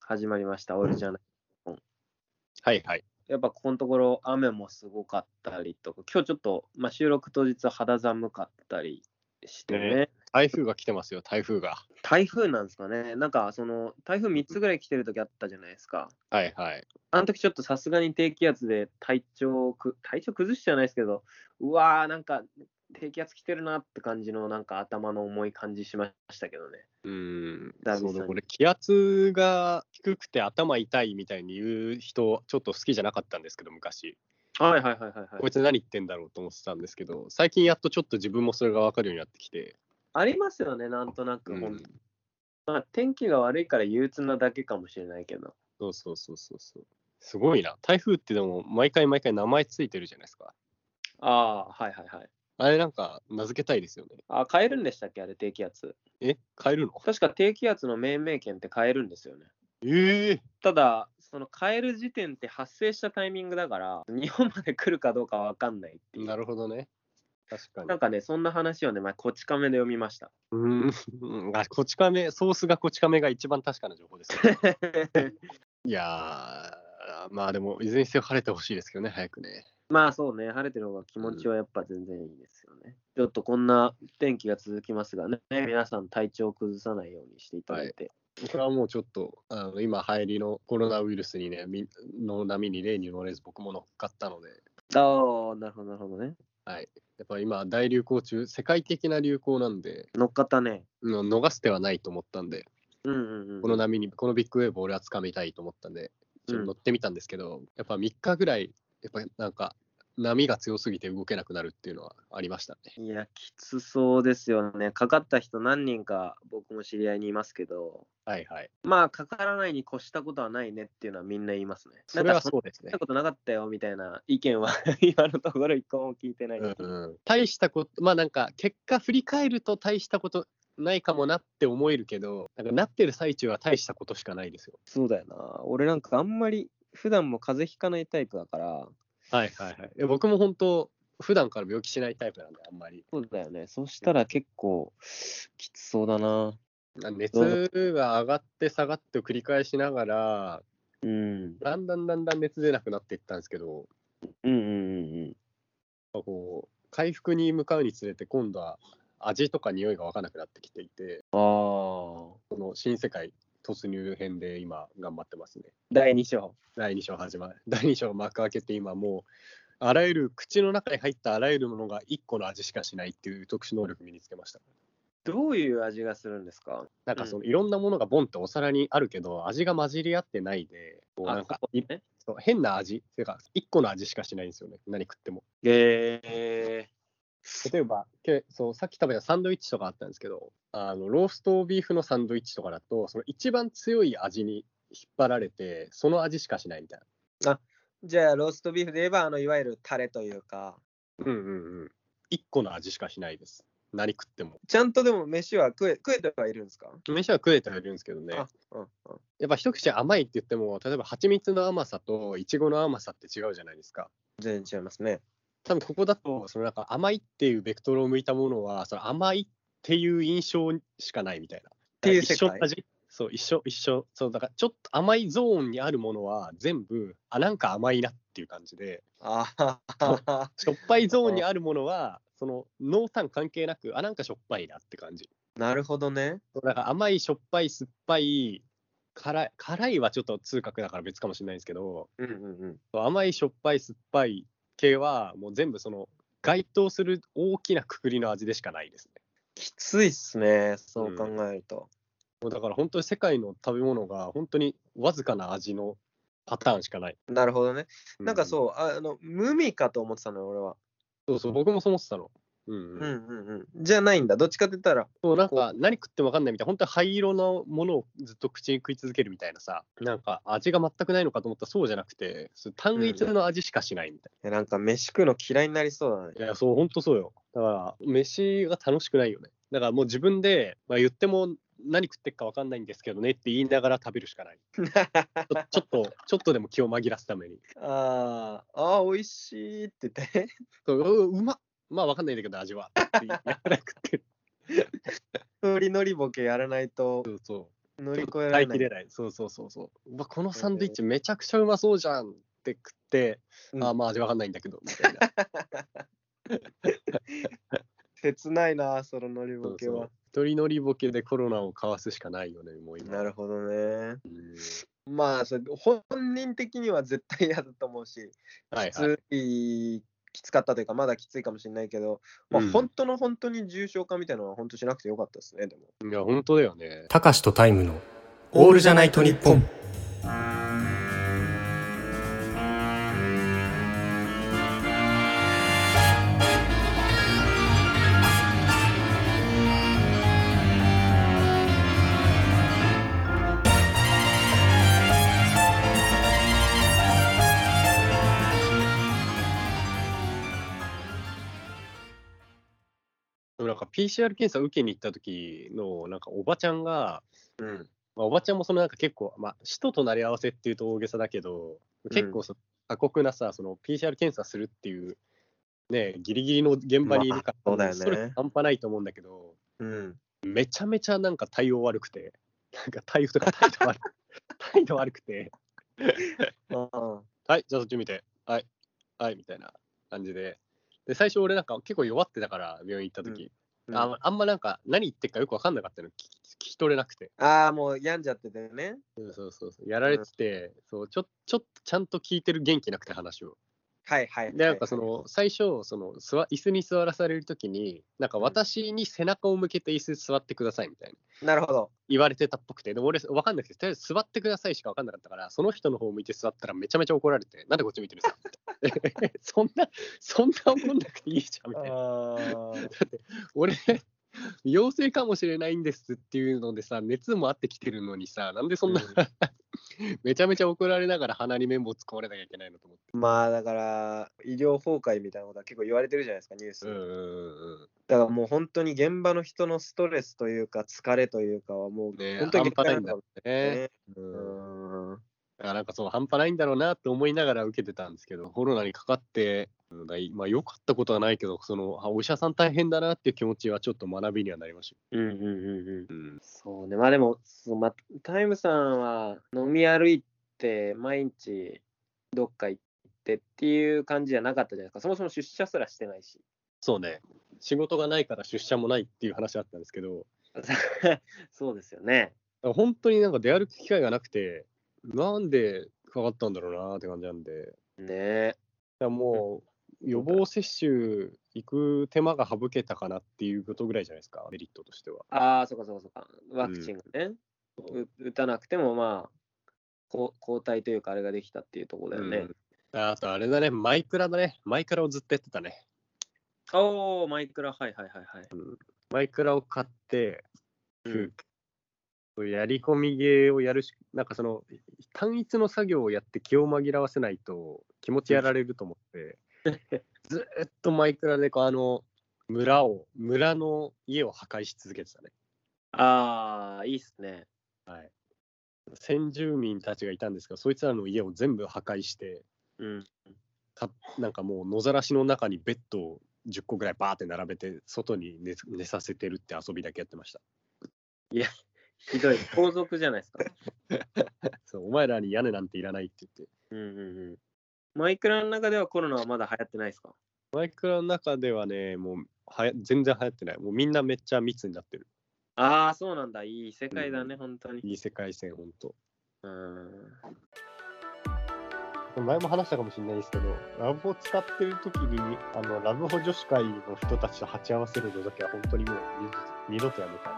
始まりました、オールじゃない。 はいはい。 やっぱここのところ雨もすごかったりとか、今日ちょっと、収録当日は肌寒かったりしてね。 台風が来てますよ、台風が。 台風なんですかね。なんかその台風3つぐらい来てる時あったじゃないですか。 はいはい。 あの時ちょっとさすがに低気圧で体調崩しじゃないですけど、うわーなんか低気圧来てるなって感じのなんか頭の重い感じしましたけどね。 そうだ、これ気圧が低くて頭痛いみたいに言う人、ちょっと好きじゃなかったんですけど、昔。 はいはいはいはいはい。 こいつ何言ってんだろうと思ってたんですけど、最近やっとちょっと自分もそれが分かるようになってきて。 ありますよね、なんとなく、 うん天気が悪いから憂鬱なだけかもしれないけど。 そう。すごいな。台風ってでも毎回毎回名前ついてるじゃないですか。 ああ、はいはいはい。 あれなんか名付けたいですよね。 変えるんでしたっけ、あれ、低気圧。 変えるの？ 確か低気圧の命名権って変えるんですよね。 えただ、その変える時点って発生したタイミングだから、日本まで来るかどうかわかんないっていう。 なるほどね。確かに。 なんかね、そんな話をね、こち亀で読みました。 こち亀、ソースがこち亀が一番確かな情報ですね。いやー、まあでも、いずれにせよ晴れてほしいですけどね、早くね。 まあそうね、晴れてる方が気持ちはやっぱ全然いいですよね。ちょっとこんな天気が続きますがね、皆さん体調を崩さないようにしていただいて。 僕はもうちょっと、今、流行りのコロナウイルスにね、の波に例に乗れず、僕も乗っかったので、 ああ、なるほどなるほどね。 はい。やっぱ今、大流行中、世界的な流行なんで、 乗っかったね。 逃す手はないと思ったんで、 うんうんうん。 この波に、このビッグウェーブを俺は掴みたいと思ったんで、ちょっと乗ってみたんですけど、やっぱ3日ぐらい、やっぱなんか、波が強すぎて動けなくなるっていうのはありましたね。 いや、きつそうですよね。かかった人何人か僕も知り合いにいますけど、 はいはい。 まあ、かからないに越したことはないねっていうのはみんな言いますね。 それはそうですねそんなことなかったよみたいな意見は今のところ一個も聞いてないっていう。 大したこと、まあなんか、結果振り返ると大したことないかもなって思えるけど、なんかなってる最中は大したことしかないですよ。 そうだよな。俺なんかあんまり普段も風邪ひかないタイプだから、 はい。僕も本当、普段から病気しないタイプなんで、あんまり。 そうだよね。そしたら結構きつそうだな。 熱が上がって下がってを繰り返しながら、 うん。 だんだん熱出なくなっていったんですけど、回復に向かうにつれて、今度は味とか匂いが分からなくなってきていて、 ああ。 この新世界突入編で今頑張ってますね。 第2章。 第2章始まる。第2章幕開けて今もう、あらゆる口の中に入ったあらゆるものが1個の味しかしないっていう特殊能力身につけました。 どういう味がするんですか？ なんかそのいろんなものがボンってお皿にあるけど、味が混じり合ってないで、こうなんかね、 そう変な味っていうか1個の味しかしないんですよね、何食っても。 例例えばそうさっき食べたサンドイッチとかあったんですけど、ローストビーフのサンドイッチとかだと、その一番強い味に引っ張られて、その味しかしないみたいな。 じゃあローストビーフで言えばいわゆるタレというか。 1個の味しかしないです。何食っても。 ちゃんとでも飯は食えてはいるんですか？ 飯は食えてはいるんですけどね。やっぱ一口甘いって言っても、例えば蜂蜜の甘さといちごの甘さって違うじゃないですか。 全然違いますね。 多分ここだと、そのなんか甘いっていうベクトルを向いたものは、その甘いっていう印象しかないみたいな。 っていう世界。 一緒。そう、だからちょっと甘いゾーンにあるものは全部、なんか甘いなっていう感じで、しょっぱいゾーンにあるものは、その濃淡関係なく、なんかしょっぱいなって感じ。 なるほどね。 だから甘い、しょっぱい、酸っぱい、辛いはちょっと痛覚だから別かもしれないんですけど、甘い、しょっぱい、酸っぱい系は、もう全部その該当する大きなくくりの味でしかないですね。 きついっすね、そう考えると。 もうだから本当に世界の食べ物が本当にわずかな味のパターンしかない。 なるほどね。なんかそう、無味かと思ってたのよ、俺は。 そう、僕もそう思ってたの。 じゃないんだ。どっちかって言ったら。 そう、なんか何食っても分かんないみたいな、本当に灰色のものをずっと口に食い続けるみたいなさ、なんか味が全くないのかと思ったらそうじゃなくて、単一の味しかしないみたいな。なんか飯食うの嫌いになりそうだね。 いや、そう、本当そうよ。だから、飯が楽しくないよね。だからもう自分で、言っても何食ってっか分かんないんですけどねって言いながら食べるしかない。ちょっとでも気を紛らすために。 美味しいって言ってうまっまあ分かんないんだけど味は。ってやらなくて。 通りのりボケやらないと。 乗り越えら耐れない。 えきれない。そう。このサンドイッチめちゃくちゃうまそうじゃんって食って、まあ味わかんないんだけど、みたいな。 切ないな、その乗りボケは。 一人乗りボケでコロナをかわすしかないよね、もう今。 なるほどね。まあ、本人的には絶対嫌だと思うし、きつかったというか、まだきついかもしれないけど、まあ、本当に重症化みたいなのは本当しなくてよかったですね、でも。 いや、本当だよね。 たかしとタイムのオールじゃないと日本。 なんか PCR 検査受けに行った時のなんかおばちゃんが、おばちゃんもそのなんか結構、死と隣り合わせっていうと大げさだけど、結構過酷なさ、その PCR 検査するっていうね、ギリギリの現場にいるから、それ半端ないと思うんだけど、めちゃめちゃなんか対応悪くて、なんか態度悪くて、はい、じゃあそっち見て、はい、みたいな感じで。で、最初俺なんか結構弱ってたから、病院行った時、あんまなんか何言ってるかよく分かんなかったの、聞き取れなくて。 もう病んじゃっててね。 そう。やられてて、ちょっとちゃんと聞いてる元気なくて話を。で、なんか最初、椅子に座らされるときに、なんか私に背中を向けて椅子に座ってくださいみたいな。 なるほど。 言われてたっぽくて、でも俺分かんなくて、とりあえず座ってくださいしか分かんなかったから、その人の方を向いて座ったらめちゃめちゃ怒られて、なんでこっち見てるさそんな怒んなくていいじゃんみたいな。だって俺陽性かもしれないんですっていうのでさ、熱もあってきてるのにさ、なんでそんな、めちゃめちゃ怒られながら鼻に綿棒突っ込まれなきゃいけないのと思って。 まあだから医療崩壊みたいなことは結構言われてるじゃないですか、ニュース。だからもう本当に現場の人のストレスというか疲れというかはもう本当に半端ないんだろうね。だからなんか半端ないんだろうなって思いながら受けてたんですけど、コロナにかかって、良かったことはないけど、お医者さん大変だなっていう気持ちはちょっと学びにはなりました。 そうね、でも、タイムさんは飲み歩いて、毎日どっか行ってっていう感じじゃなかったじゃないですか。そもそも出社すらしてないし。 そうね。仕事がないから出社もないっていう話だったんですけど。 そうですよね。 本当になんか出歩く機会がなくて、なんでかかったんだろうなって感じなんで。 ね。 もう予防接種行く手間が省けたかなっていうことぐらいじゃないですか、メリットとしては。 そうか。ワクチンがね、打たなくても抗体というかあれができたっていうところだよね。 あとあれだね、マイクラをずっとやってたね。 マイクラ、はい。 マイクラを買って、やり込みゲーをやるし、なんか単一の作業をやって気を紛らわせないと気持ちやられると思って、ずっとマイクラで村の家を破壊し続けてたね。 いいっすね。 はい。先住民たちがいたんですが、そいつらの家を全部破壊して、なんかもう野ざらしの中にベッドを10個ぐらいバーって並べて外に 寝させてるって遊びだけやってました。 いや、ひどい。皇族じゃないですか。 そう、お前らに屋根なんていらないって言って。マイクラの中ではコロナはまだ流行ってないですか？ マイクラの中ではね、もう全然流行ってない。もうみんなめっちゃ密になってる。 そうなんだ。いい世界だね、本当に。 いい世界線、本当。前も話したかもしれないですけど、ラブホ使ってる時にラブホ女子会の人たちと鉢合わせるのだけは本当にもう二度とやめたい。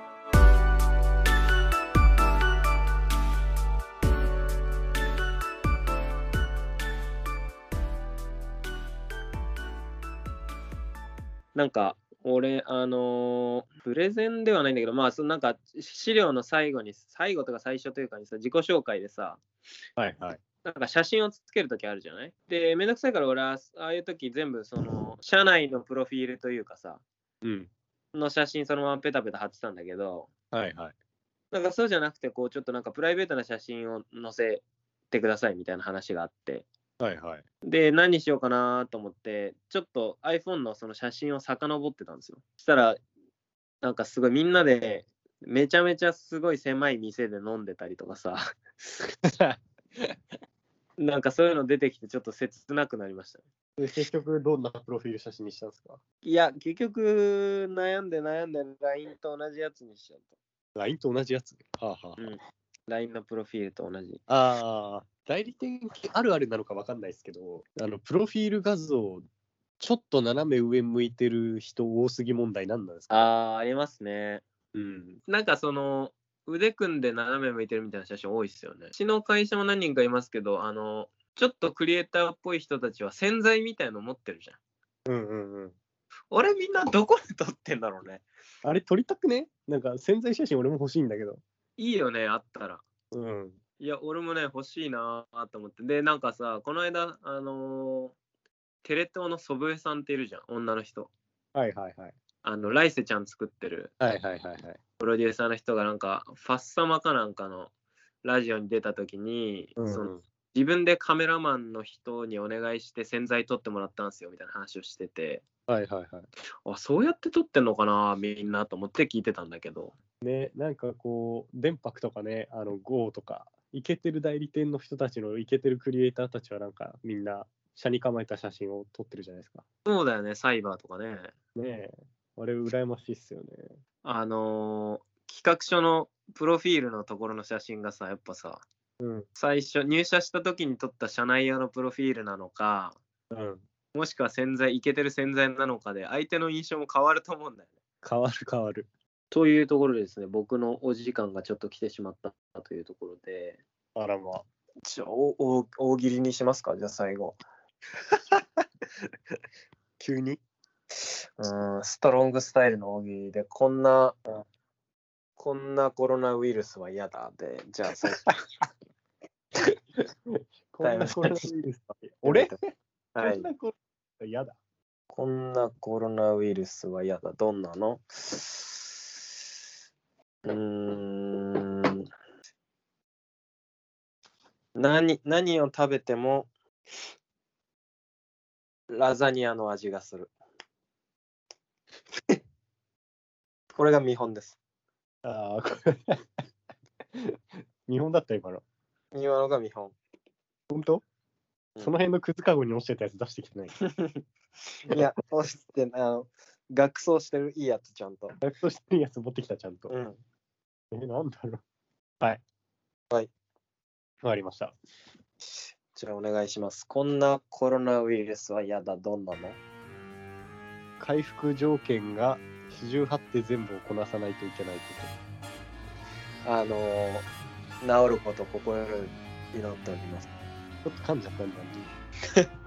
なんか俺プレゼンではないんだけど、なんか資料の最後とか最初というかにさ、自己紹介でさ、なんか写真をつけるときあるじゃない？で、めんどくさいから俺はああいうとき全部社内のプロフィールというかさ、の写真そのままペタペタ貼ってたんだけど、なんかそうじゃなくてちょっとなんかプライベートな写真を載せてくださいみたいな話があって、で何にしようかなと思ってちょっと iPhone のその写真を遡ってたんですよ。そしたらなんかすごいみんなでめちゃめちゃすごい狭い店で飲んでたりとかさなんかそういうの出てきてちょっと切なくなりましたね。 結局どんなプロフィール写真にしたんですか？ いや結局悩んで LINE と同じやつにしちゃった。 LINE と同じやつ、はあはあ、 うん、LINE のプロフィールと同じ。 ああ、代理店あるあるなのか分かんないですけど、プロフィール画像ちょっと斜め上向いてる人多すぎ問題なんなんですか？ ありますね。 うん。 なんかその腕組んで斜め向いてるみたいな写真多いですよね。うちの会社も何人かいますけど、ちょっとクリエイターっぽい人たちは洗剤みたいの持ってるじゃん。 うんうんうん。 俺みんなどこで撮ってんだろうね。 あれ撮りたくね？なんか洗剤写真俺も欲しいんだけど。 いいよね、あったら。 うん。 いや、俺もね、欲しいなと思って。で、なんかさ、この間、テレ東の祖父江さんっているじゃん、女の人。 はいはいはい。 来世ちゃん作ってる。 はいはいはいはい。 プロデューサーの人がなんか、ファッサマかなんかのラジオに出たときに、その自分でカメラマンの人にお願いして洗剤撮ってもらったんですよみたいな話をしてて、 はいはいはい。 あ、そうやって撮ってんのかなみんなと思って聞いてたんだけど。 ね、なんかこう、電白とかね、GO とか、イケてる代理店の人たちのイケてるクリエイターたちはなんかみんな、車に構えた写真を撮ってるじゃないですか。 そうだよね、サイバーとかね。 ねえ、あれ羨ましいっすよね。 企画書のプロフィールのところの写真がさ、やっぱさ、 うん、 最初入社した時に撮った社内用のプロフィールなのか、 うん、 もしくはイケてる洗剤なのかで相手の印象も変わると思うんだよね。 変わる変わる。 というところでですね、僕のお時間がちょっと来てしまったというところで、 あらまあ。 大喜利にしますか、じゃあ最後。 急にストロングスタイルの大喜利で、こんなコロナウイルスは嫌だで、じゃあ最初。こんなコロナウイルスは俺はい。 嫌だ。 こんなコロナウイルスは嫌だ。どんなの？何を食べてもラザニアの味がする。これが見本です。 ああ、これ見本だった今の。 今のが見本。 本当？その辺のくずかごに落ちてたやつ出してきてない。 いや、落ちて学装してるいいやつちゃんと。 学装してるやつ持ってきたちゃんと。なんだろう。はい。 はい。 わかりました。 じゃあお願いします。こんなコロナウイルスは嫌だ。どんなの？ 回復条件が四十八手全部をこなさないといけないこと。 治ること心より祈っております。 ちょっと噛んじゃったんだね。